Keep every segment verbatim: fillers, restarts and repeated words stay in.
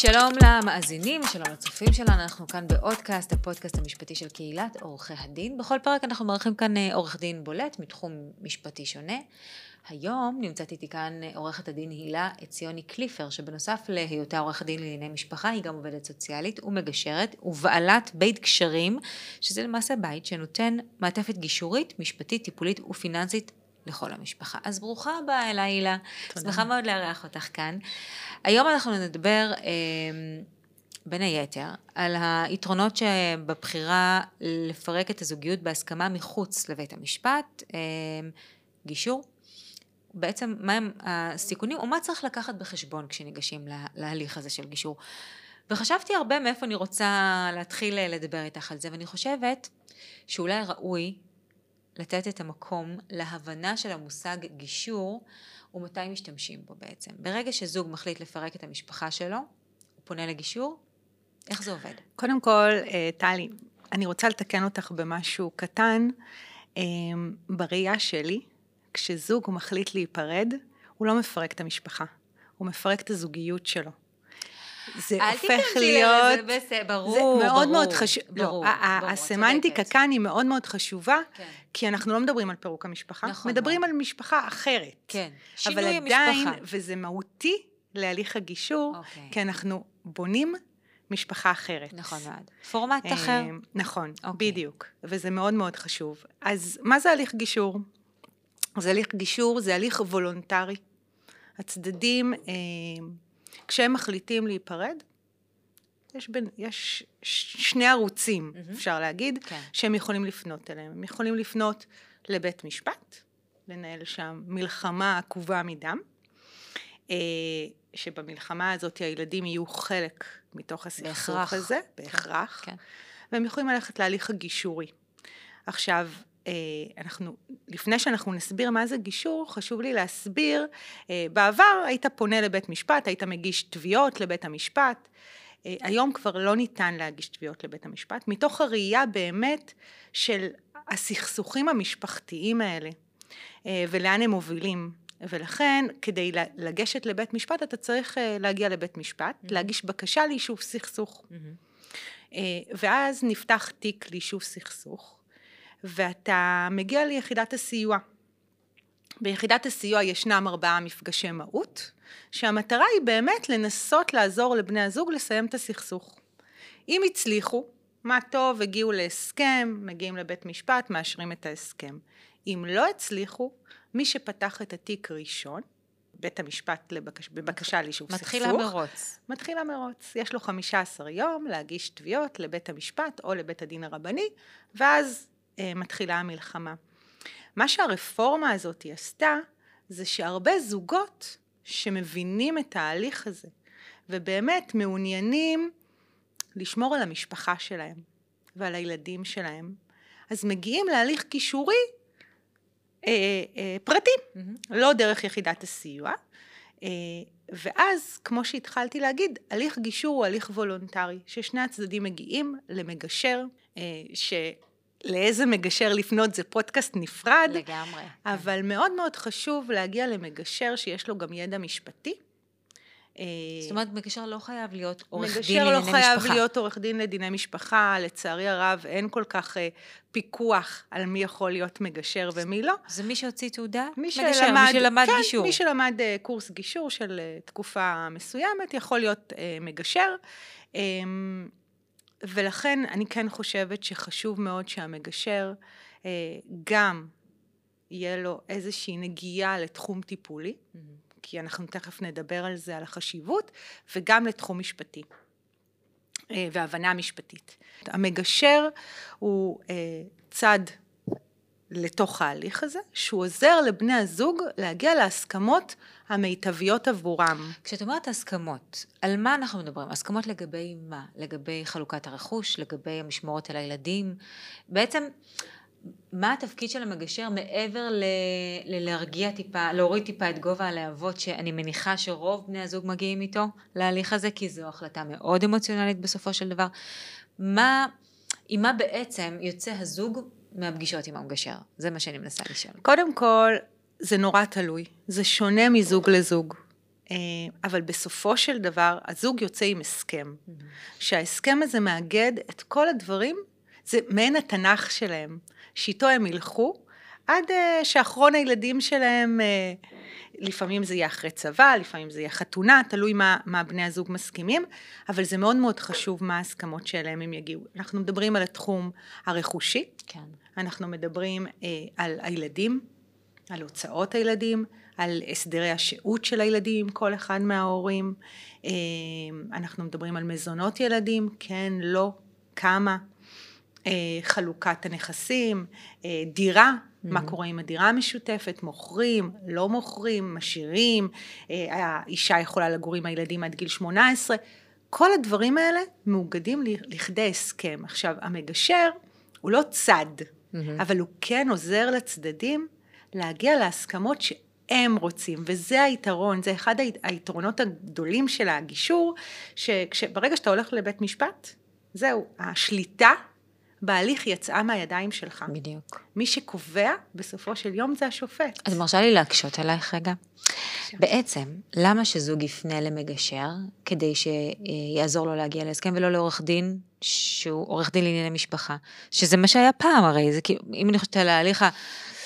שלום למאזינים, שלום לצופים שלנו, אנחנו כאן באודקאסט, הפודקאסט המשפטי של קהילת עורכי הדין. בכל פרק אנחנו מארחים כאן עורך דין בולט מתחום משפטי שונה. היום נמצאת איתי כאן עורכת הדין הילה עציוני קליפר, שבנוסף להיותה עורכת דין לענייני משפחה, היא גם עובדת סוציאלית ומגשרת ובעלת בית קשרים, שזה למעשה בית שנותן מעטפת גישורית, משפטית, טיפולית ופיננסית לכל המשפחה. אז ברוכה הבאה אליי, הילה. שמחה מאוד לארח אותך כאן. היום אנחנו נדבר אה, בין היתר על היתרונות שבבחירה לפרק את הזוגיות בהסכמה מחוץ לבית המשפט, אה, גישור, בעצם מהם הסיכונים או מה צריך לקחת בחשבון כשניגשים לה, להליך הזה של גישור. וחשבתי הרבה מאיפה אני רוצה להתחיל לדבר איתך על זה, ואני חושבת שאולי ראוי לתת את המקום להבנה של המושג גישור ומתי משתמשים בו בעצם. ברגע שזוג מחליט לפרק את המשפחה שלו, הוא פונה לגישור, איך זה עובד? קודם כל, טלי, אני רוצה לתקן אותך במשהו קטן. בראייה שלי, כשזוג מחליט להיפרד, הוא לא מפרק את המשפחה, הוא מפרק את הזוגיות שלו. זה הופך להיות, זה בסדר, ברור, זה מאוד ברור, מאוד חשוב, ברור, לא, ברור, הסמנטיקה כאן היא מאוד מאוד חשובה, כן. כי אנחנו לא מדברים על פירוק המשפחה, נכון, מדברים נכון. על משפחה אחרת. כן, אבל שינוי עדיין, המשפחה. וזה מהותי להליך הגישור, אוקיי. כי אנחנו בונים משפחה אחרת. נכון מאוד. פורמט אחר. נכון, אוקיי. בדיוק, וזה מאוד מאוד חשוב. אז מה זה הליך גישור? אז הליך גישור זה הליך וולונטרי. הצדדים, כשהם מחליטים להיפרד, יש, בין, יש שני ערוצים, mm-hmm. אפשר להגיד, כן. שהם יכולים לפנות אליהם. הם יכולים לפנות לבית משפט, לנהל שם מלחמה עקובה מדם, שבמלחמה הזאת הילדים יהיו חלק מתוך הסכסוך בהכרח. הזה, בהכרח, כן. והם יכולים ללכת להליך הגישורי. עכשיו, אנחנו, לפני שאנחנו נסביר מה זה גישור, חשוב לי להסביר, בעבר היית פונה לבית משפט, היית מגיש תביעות לבית המשפט, היום כבר לא ניתן להגיש תביעות לבית המשפט, מתוך הראייה באמת של הסכסוכים המשפחתיים האלה, ולאן הם מובילים. ולכן, כדי לגשת לבית משפט, אתה צריך להגיע לבית משפט, mm-hmm. להגיש בקשה ליישוב סכסוך. Mm-hmm. ואז נפתח תיק ליישוב סכסוך, ואתה מגיע ליחידת הסיוע. ביחידת הסיוע ישנם ארבעה מפגשי מהות, שהמטרה היא באמת לנסות לעזור לבני הזוג לסיים את הסכסוך. אם הצליחו, מה טוב, הגיעו להסכם, מגיעים לבית משפט, מאשרים את ההסכם. אם לא הצליחו, מי שפתח את התיק ראשון, בית המשפט לבקש, בבקשה ליישוב סכסוך. מתחיל המרוץ. מתחיל המרוץ. יש לו חמישה עשר יום להגיש תביעות לבית המשפט או לבית הדין הרבני, ואז אה, מתחילה המלחמה. מה שהרפורמה הזאת היא עשתה, זה שהרבה זוגות שמבינים את ההליך הזה, ובאמת מעוניינים לשמור על המשפחה שלהם, ועל הילדים שלהם, אז מגיעים להליך גישורי אה, אה, פרטי, mm-hmm. לא דרך יחידת הסיוע, אה, ואז, כמו שהתחלתי להגיד, הליך גישור הוא הליך וולונטרי, ששני הצדדים מגיעים למגשר, אה, ש... לאיזה מגשר לפנות זה פודקאסט נפרד. לגמרי. אבל מאוד מאוד חשוב להגיע למגשר שיש לו גם ידע משפטי. זאת אומרת, מגשר לא חייב להיות עורך דין מגשר לענייני לא משפחה. חייב להיות עורך דין לדיני משפחה, לצערי הרב אין כל כך פיקוח על מי יכול להיות מגשר ומי לא. זה מי שהוציא תעודה? מי מגשר, שלמד, מי שלמד כן, גישור. מי שלמד קורס גישור של תקופה מסוימת יכול להיות מגשר. ולכן אני כן חושבת שחשוב מאוד שהמגשר אה, גם יהיה לו איזושהי נגיעה לתחום טיפולי, mm-hmm. כי אנחנו תכף נדבר על זה, על החשיבות, וגם לתחום משפטי, אה, והבנה משפטית. המגשר הוא אה, צד לתוך ההליך הזה, שהוא עוזר לבני הזוג להגיע להסכמות המיטביות עבורם. כשאת אומרת הסכמות, על מה אנחנו מדברים? הסכמות לגבי מה? לגבי חלוקת הרכוש, לגבי המשמורת על הילדים? בעצם, מה התפקיד של המגשר מעבר ל- ללהרגיע טיפה, להוריד טיפה את גובה הלהבות, שאני מניחה שרוב בני הזוג מגיעים איתו להליך הזה, כי זו החלטה מאוד אמוציונלית בסופו של דבר. מה, עם מה בעצם יוצא הזוג מהפגישות עם המגשר? זה מה שאני מנסה לשאול. קודם כל, זה נורא תלוי. זה שונה מזוג לזוג. אבל בסופו של דבר, הזוג יוצא עם הסכם. שההסכם הזה מאגד את כל הדברים, זה מעין התנ"ך שלהם, שאיתו הם ילכו, עד שאחרון הילדים שלהם, לפעמים זה יהיה אחרי צבא, לפעמים זה יהיה חתונה, תלוי מה, מה בני הזוג מסכימים, אבל זה מאוד מאוד חשוב מה ההסכמות שלהם הם יגיעו. אנחנו מדברים על התחום הרכושי, כן. אנחנו מדברים אה, על הילדים, על הוצאות הילדים, על הסדרי השהות של הילדים, כל אחד מההורים, אה, אנחנו מדברים על מזונות ילדים, כן, לא, כמה, אה, חלוקת הנכסים, אה, דירה, מה קורה עם הדירה המשותפת, מוכרים, לא מוכרים, משאירים, האישה יכולה לגור עם הילדים עד גיל שמונה עשרה, כל הדברים האלה מאוגדים לכדי הסכם. עכשיו, המגשר הוא לא צד, אבל הוא כן עוזר לצדדים להגיע להסכמות שהם רוצים, וזה היתרון, זה אחד היתרונות הגדולים של הגישור, שברגע שאתה הולך לבית משפט, זהו, השליטה, בהליך יצאה מהידיים שלך. בדיוק. מי שקובע בסופו של יום זה השופט. אז מרשה לי להקשות עלייך רגע. בעצם, למה שזוג יפנה למגשר, כדי שיעזור לו להגיע להסכם, ולא לעורך דין, שהוא עורך דין לענייני משפחה, שזה מה שהיה פעם הרי, זה כאילו, אם אני חושבת על ההליך ה...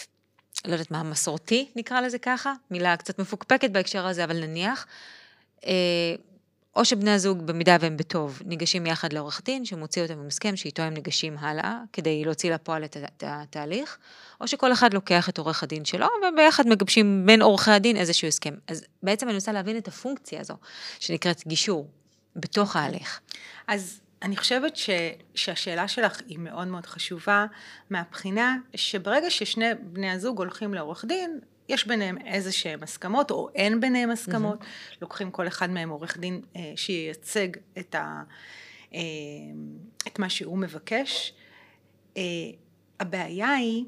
לא יודעת מה, המסורתי נקרא לזה ככה, מילה קצת מפוקפקת בהקשר הזה, אבל נניח, אה, או שבני הזוג במידה והם בטוב ניגשים יחד לעורך דין שמוציא אותם במסכם שאיתו הם ניגשים הלאה כדי להוציא לפועל את התהליך, או שכל אחד לוקח את עורך הדין שלו וביחד מגבשים בין עורכי הדין איזשהו הסכם. אז בעצם אני רוצה להבין את הפונקציה הזו שנקראת גישור בתוך ההליך. אז אני חושבת ש, שהשאלה שלך היא מאוד מאוד חשובה מהבחינה שברגע ששני בני הזוג הולכים לעורך דין, יש ביניהם איזה שהם הסכמות, או אין ביניהם הסכמות, mm-hmm. לוקחים כל אחד מהם עורך דין אה, שייצג את, ה, אה, את מה שהוא מבקש. אה, הבעיה היא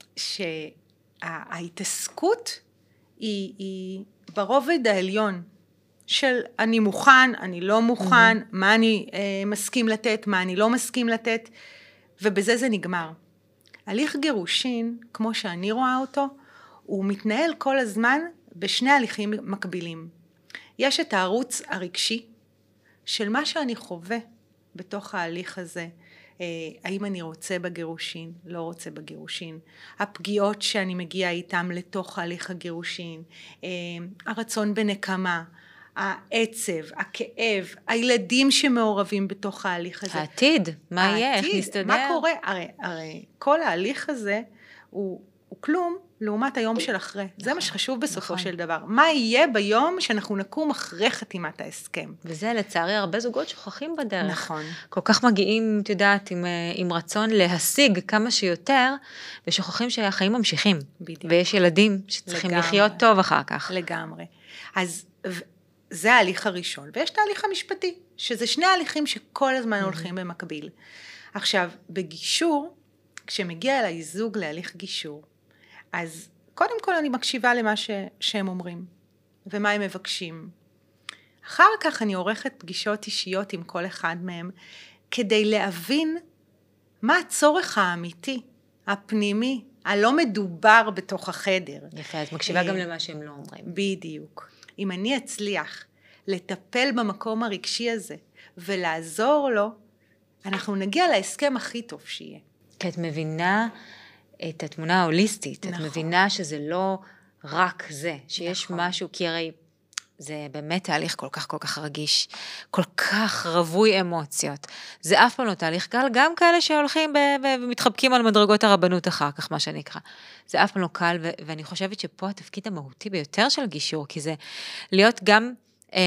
שההתעסקות היא, היא ברובד העליון, של אני מוכן, אני לא מוכן, mm-hmm. מה אני אה, מסכים לתת, מה אני לא מסכים לתת, ובזה זה נגמר. הליך גירושין, כמו שאני רואה אותו, הוא מתנהל כל הזמן בשני הליכים מקבילים. יש את הערוץ הרגשי של מה שאני חווה בתוך ההליך הזה, האם אני רוצה בגירושין, לא רוצה בגירושין, הפגיעות שאני מגיעה איתם לתוך ההליך הגירושין, הרצון בנקמה, העצב, הכאב, הילדים שמעורבים בתוך ההליך הזה. העתיד, מה יהיה, איך נסתדר? מה קורה? הרי, הרי כל ההליך הזה הוא, הוא כלום לעומת היום של אחרי. נכון, זה מה שחשוב בסופו נכון. של דבר. מה יהיה ביום שאנחנו נקום אחרי חתימת ההסכם? וזה לצערי הרבה זוגות שוכחים בדרך. נכון. כל כך מגיעים, את יודעת, עם, עם רצון להשיג כמה שיותר, ושוכחים שהחיים ממשיכים. בדיוק. ויש ילדים שצריכים לגמרי. לחיות טוב אחר כך. לגמרי. אז זה ההליך הראשון. ויש את ההליך המשפטי, שזה שני ההליכים שכל הזמן הולכים במקביל. עכשיו, בגישור, כשמגיע אליי זוג להליך גישור, אז קודם כל אני מקשיבה למה ש... שהם אומרים, ומה הם מבקשים. אחר כך אני עורכת פגישות אישיות עם כל אחד מהם, כדי להבין מה הצורך האמיתי, הפנימי, הלא מדובר בתוך החדר. יפה, אז מקשיבה גם למה שהם לא אומרים. בדיוק. אם אני אצליח לטפל במקום הרגשי הזה, ולעזור לו, אנחנו נגיע להסכם הכי טוב שיהיה. כי את מבינה את התמונה ההוליסטית, נכון. את מבינה שזה לא רק זה, שיש נכון. משהו, כי הרי זה באמת תהליך כל כך כל כך רגיש, כל כך רווי אמוציות. זה אף פעם לא תהליך קל, גם כאלה שהולכים ומתחבקים על מדרגות הרבנות אחר כך, מה שנקרא. זה אף פעם לא קל, ו- ואני חושבת שפה התפקיד המהותי ביותר של גישור, כי זה להיות גם אה,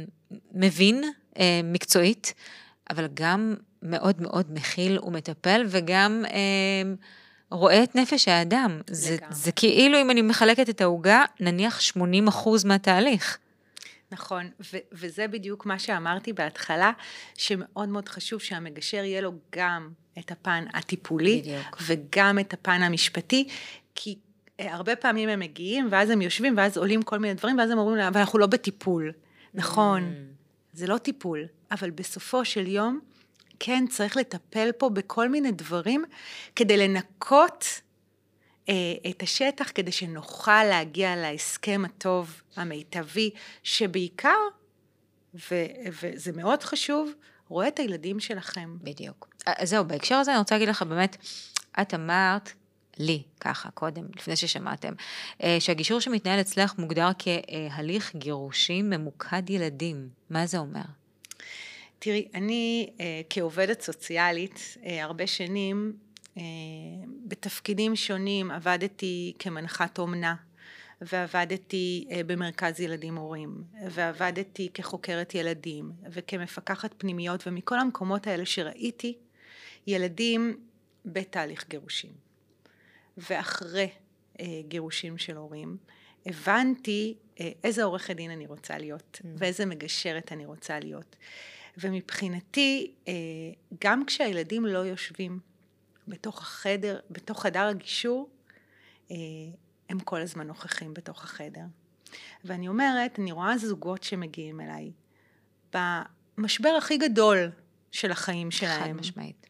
מבין אה, מקצועית, אבל גם מאוד מאוד מכיל ומטפל, וגם אה, רואה את נפש האדם. זה, זה כאילו אם אני מחלקת את ההוגה, נניח שמונים אחוז מהתהליך. נכון, ו- וזה בדיוק מה שאמרתי בהתחלה, שמאוד מאוד חשוב שהמגשר יהיה לו גם את הפן הטיפולי, בדיוק. וגם את הפן המשפטי, כי הרבה פעמים הם מגיעים, ואז הם יושבים, ואז עולים כל מיני דברים, ואז הם אומרים להם, אבל אנחנו לא בטיפול. נכון, mm. זה לא טיפול, אבל בסופו של יום, כן צריך לטפל פה בכל מיני דברים, כדי לנקות את השטח כדי שנוכל להגיע להסכם הטוב, המיטבי, שבעיקר, ו- וזה מאוד חשוב, רואה את הילדים שלכם. בדיוק. אז זהו, בהקשר הזה אני רוצה להגיד לך באמת, את אמרת לי ככה קודם, לפני ששמעתם, שהגישור שמתנהל אצלך מוגדר כהליך גירושים ממוקד ילדים. מה זה אומר? תראי, אני כעובדת סוציאלית הרבה שנים, בתפקידים שונים עבדתי כמנחת אומנה, ועבדתי במרכז ילדים הורים, ועבדתי כחוקרת ילדים, וכמפקחת פנימיות, ומכל המקומות האלה שראיתי ילדים בתהליך גירושים. ואחרי גירושים של הורים, הבנתי איזה עורכת דין אני רוצה להיות, mm. ואיזה מגשרת אני רוצה להיות. ומבחינתי, גם כשהילדים לא יושבים בתוך החדר, בתוך חדר הגישור, הם כל הזמן נוכחים בתוך החדר. ואני אומרת, אני רואה זוגות שמגיעים אליי, במשבר הכי גדול של החיים שלהם. חד משמעית.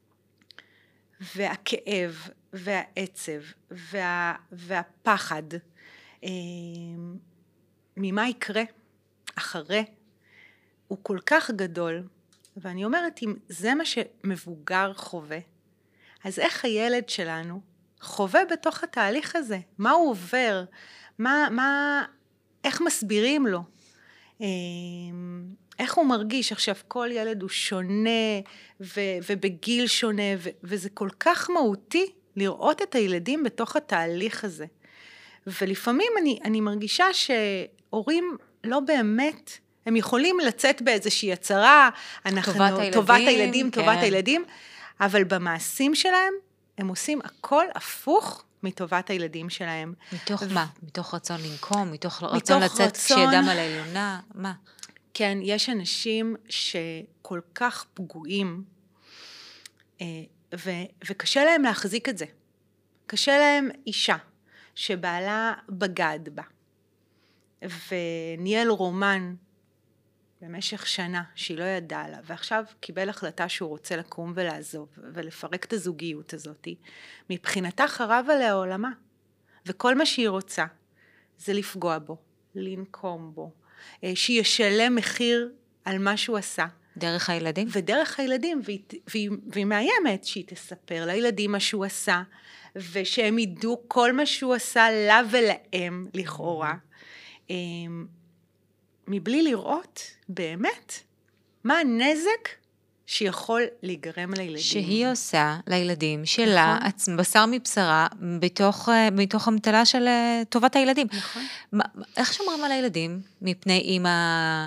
והכאב, והעצב, וה, והפחד, ממה יקרה אחרי, הוא כל כך גדול, ואני אומרת, אם זה מה שמבוגר חווה, אז איך הילד שלנו חווה בתוך התהליך הזה? מה הוא עובר? מה, מה, איך מסבירים לו? איך הוא מרגיש? עכשיו, כל ילד הוא שונה, ו, ובגיל שונה, ו, וזה כל כך מהותי לראות את הילדים בתוך התהליך הזה. ולפעמים אני, אני מרגישה שהורים לא באמת, הם יכולים לצאת באיזושהי הצהרה, אנחנו, טובת הילדים, טובת הילדים, כן. טובת הילדים, אבל במעשים שלהם, הם עושים הכל הפוך מטובת הילדים שלהם. מתוך ו... מה? מתוך רצון לנקום? מתוך רצון לצאת רצון... כשידם על העליונה? מה? כן, יש אנשים שכל כך פגועים, ו... וקשה להם להחזיק את זה. קשה להם אישה שבעלה בגד בה, וניהל רומן במשך שנה שהיא לא ידעה לה, ועכשיו קיבל החלטה שהוא רוצה לקום ולעזוב, ולפרק את הזוגיות הזאת, מבחינתה חרב עליה עולמה, וכל מה שהיא רוצה זה לפגוע בו, לנקום בו, שישלם מחיר על מה שהוא עשה. דרך הילדים? ודרך הילדים, והיא, והיא, והיא מאיימת שהיא תספר לילדים מה שהוא עשה, ושהם ידעו כל מה שהוא עשה לה ולהם לכאורה, מבלי לראות באמת מה הנזק שיכול להיגרם לילדים. שהיא עושה לילדים שלה, נכון. בשר מבשרה, בתוך, בתוך המטלה של טובת הילדים. נכון. מה, איך שומרים על הילדים מפני אימא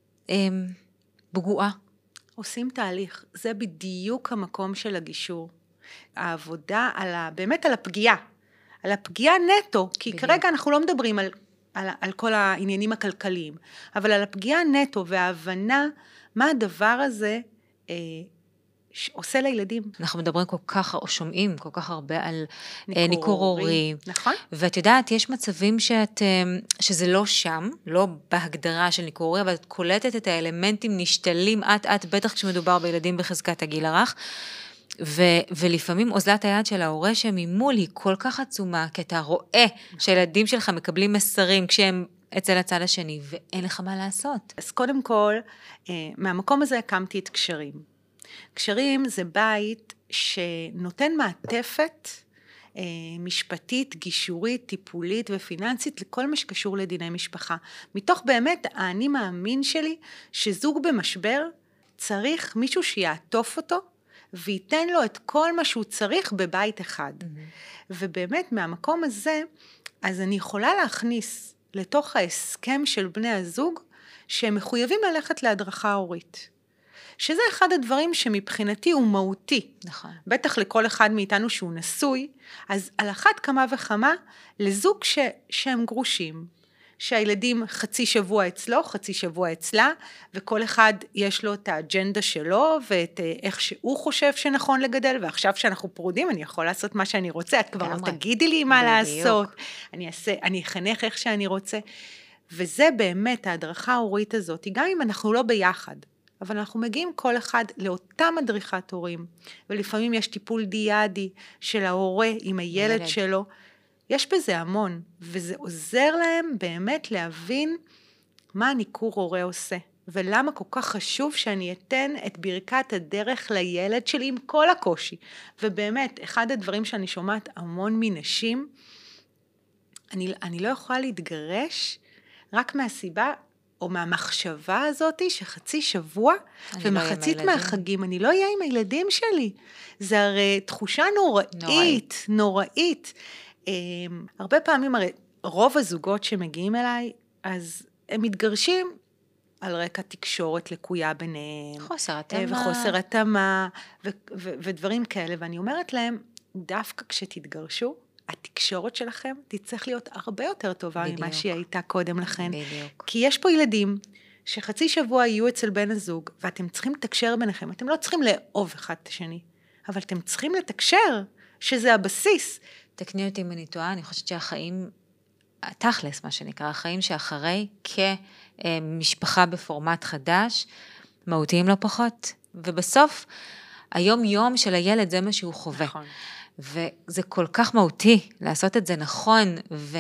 פגועה? עושים תהליך. זה בדיוק המקום של הגישור. העבודה על ה, באמת על הפגיעה. על הפגיעה נטו, כי בדיוק. כרגע אנחנו לא מדברים על... על, על כל העניינים הכלכליים, אבל על הפגיעה נטו וההבנה מה הדבר הזה אה, ש, עושה לילדים. אנחנו מדברים כל כך, או שומעים כל כך הרבה על ניכור, ניכור הורי. נכון. ואת יודעת, יש מצבים שאת, שזה לא שם, לא בהגדרה של ניכור הורי, אבל את קולטת את האלמנטים נשתלים עט עט, בטח כשמדובר בילדים בחזקת הגיל הרך, ו, ולפעמים אוזלת היד של ההורה שממול היא כל כך עצומה, כי אתה רואה שהילדים שלך מקבלים מסרים כשהם אצל הצד השני, ואין לך מה לעשות. אז קודם כל, מהמקום הזה הקמתי את קשרים. קשרים זה בית שנותן מעטפת משפטית, גישורית, טיפולית ופיננסית לכל מה שקשור לדיני משפחה. מתוך באמת האני מאמין שלי שזוג במשבר צריך מישהו שיעטוף אותו, וייתן לו את כל מה שהוא צריך בבית אחד. Mm-hmm. ובאמת מהמקום הזה, אז אני יכולה להכניס לתוך ההסכם של בני הזוג, שהם מחויבים ללכת להדרכה הורית. שזה אחד הדברים שמבחינתי הוא מהותי. נכון. בטח לכל אחד מאיתנו שהוא נשוי, אז על אחת כמה וכמה, לזוג ש, שהם גרושים, שהילדים חצי שבוע אצלו, חצי שבוע אצלה, וכל אחד יש לו את האג'נדה שלו, ואת איך שהוא חושב שנכון לגדל, ועכשיו שאנחנו פרודים, אני יכול לעשות מה שאני רוצה, את כבר לא תגידי לי מה לעשות, אני אעשה, אני אחנך איך שאני רוצה, וזה באמת ההדרכה ההורית הזאת, גם אם אנחנו לא ביחד, אבל אנחנו מגיעים כל אחד לאותה מדריכת הורים, ולפעמים יש טיפול דיאדי של ההורה עם הילד הילד. שלו, יש בזה המון, וזה עוזר להם באמת להבין מה הניכור הורה עושה, ולמה כל כך חשוב שאני אתן את ברכת הדרך לילד שלי עם כל הקושי. ובאמת, אחד הדברים שאני שומעת המון מנשים, אני, אני לא יכולה להתגרש רק מהסיבה, או מהמחשבה הזאת, שחצי שבוע, ומחצית לא מהחגים, אני לא אהיה עם הילדים שלי. זה הרי תחושה נוראית, נוראית. נוראית. הרבה פעמים, הרי רוב הזוגות שמגיעים אליי, אז הם מתגרשים על רקע תקשורת לקויה ביניהם. חוסר התאמה. וחוסר התאמה, ו- ו- ודברים כאלה. ואני אומרת להם, דווקא כשתתגרשו, התקשורת שלכם תצטרך להיות הרבה יותר טובה בדיוק. ממה שהיא הייתה קודם לכן. בדיוק. כי יש פה ילדים שחצי שבוע יהיו אצל בן הזוג, ואתם צריכים לתקשר ביניכם. אתם לא צריכים לאהוב אחד את השני, אבל אתם צריכים לתקשר, שזה הבסיס. תקני אותי אם אני טועה, אני חושבת שהחיים, התכלס מה שנקרא, החיים שאחרי כמשפחה בפורמט חדש, מהותיים לא פחות, ובסוף היום יום של הילד זה מה שהוא חווה. נכון. וזה כל כך מהותי לעשות את זה נכון, ו...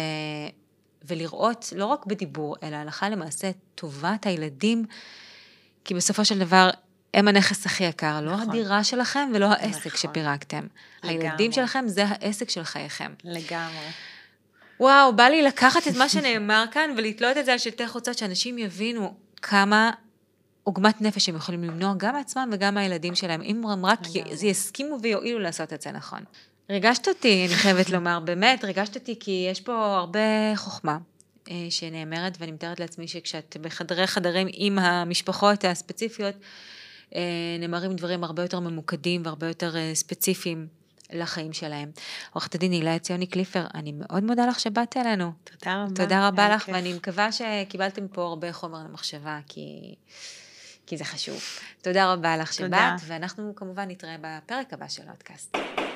ולראות לא רק בדיבור, אלא הלכה למעשה טובת הילדים, כי בסופו של דבר הם הנכס הכי יקר, לא נכון. הדירה שלכם ולא העסק נכון. שפירקתם. לגמרי. הילדים שלכם זה העסק של חייכם. לגמרי. וואו, בא לי לקחת את מה שנאמר כאן, ולתלות את זה על שלטי חוצות, שאנשים יבינו כמה עוגמת נפש הם יכולים למנוע גם מעצמם וגם מהילדים שלהם, אם הם רק יסכימו ויועילו לעשות את זה נכון. ריגשת אותי, אני חייבת לומר, באמת, ריגשת אותי, כי יש פה הרבה חוכמה שנאמרת, ואני מתארת לעצמי שכשאת בחדרי חדרים עם המשפחות הספציפיות, נאמרים דברים הרבה יותר ממוקדים והרבה יותר ספציפיים לחיים שלהם. עורכת הדין הילה עציוני קליפר, אני מאוד מודה לך שבאת אלינו. תודה רבה. תודה רבה לך, ואני מקווה שקיבלתם פה הרבה חומר למחשבה, כי... כי זה חשוב. תודה רבה לך שבאת, ואנחנו כמובן נתראה בפרק הבא של הפודקאסט.